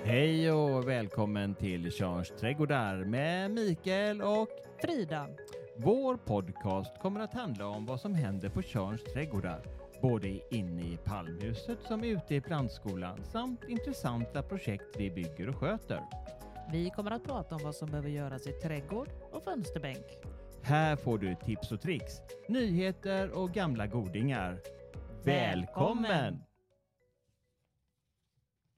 Hej och välkommen till Tjörns trädgårdar med Mikael och Frida. Vår podcast kommer att handla om vad som händer på Tjörns trädgårdar. Både inne i Palmhuset som ute i plantskolan samt intressanta projekt vi bygger och sköter. Vi kommer att prata om vad som behöver göras i trädgård och fönsterbänk. Här får du tips och tricks, nyheter och gamla godingar. Välkommen!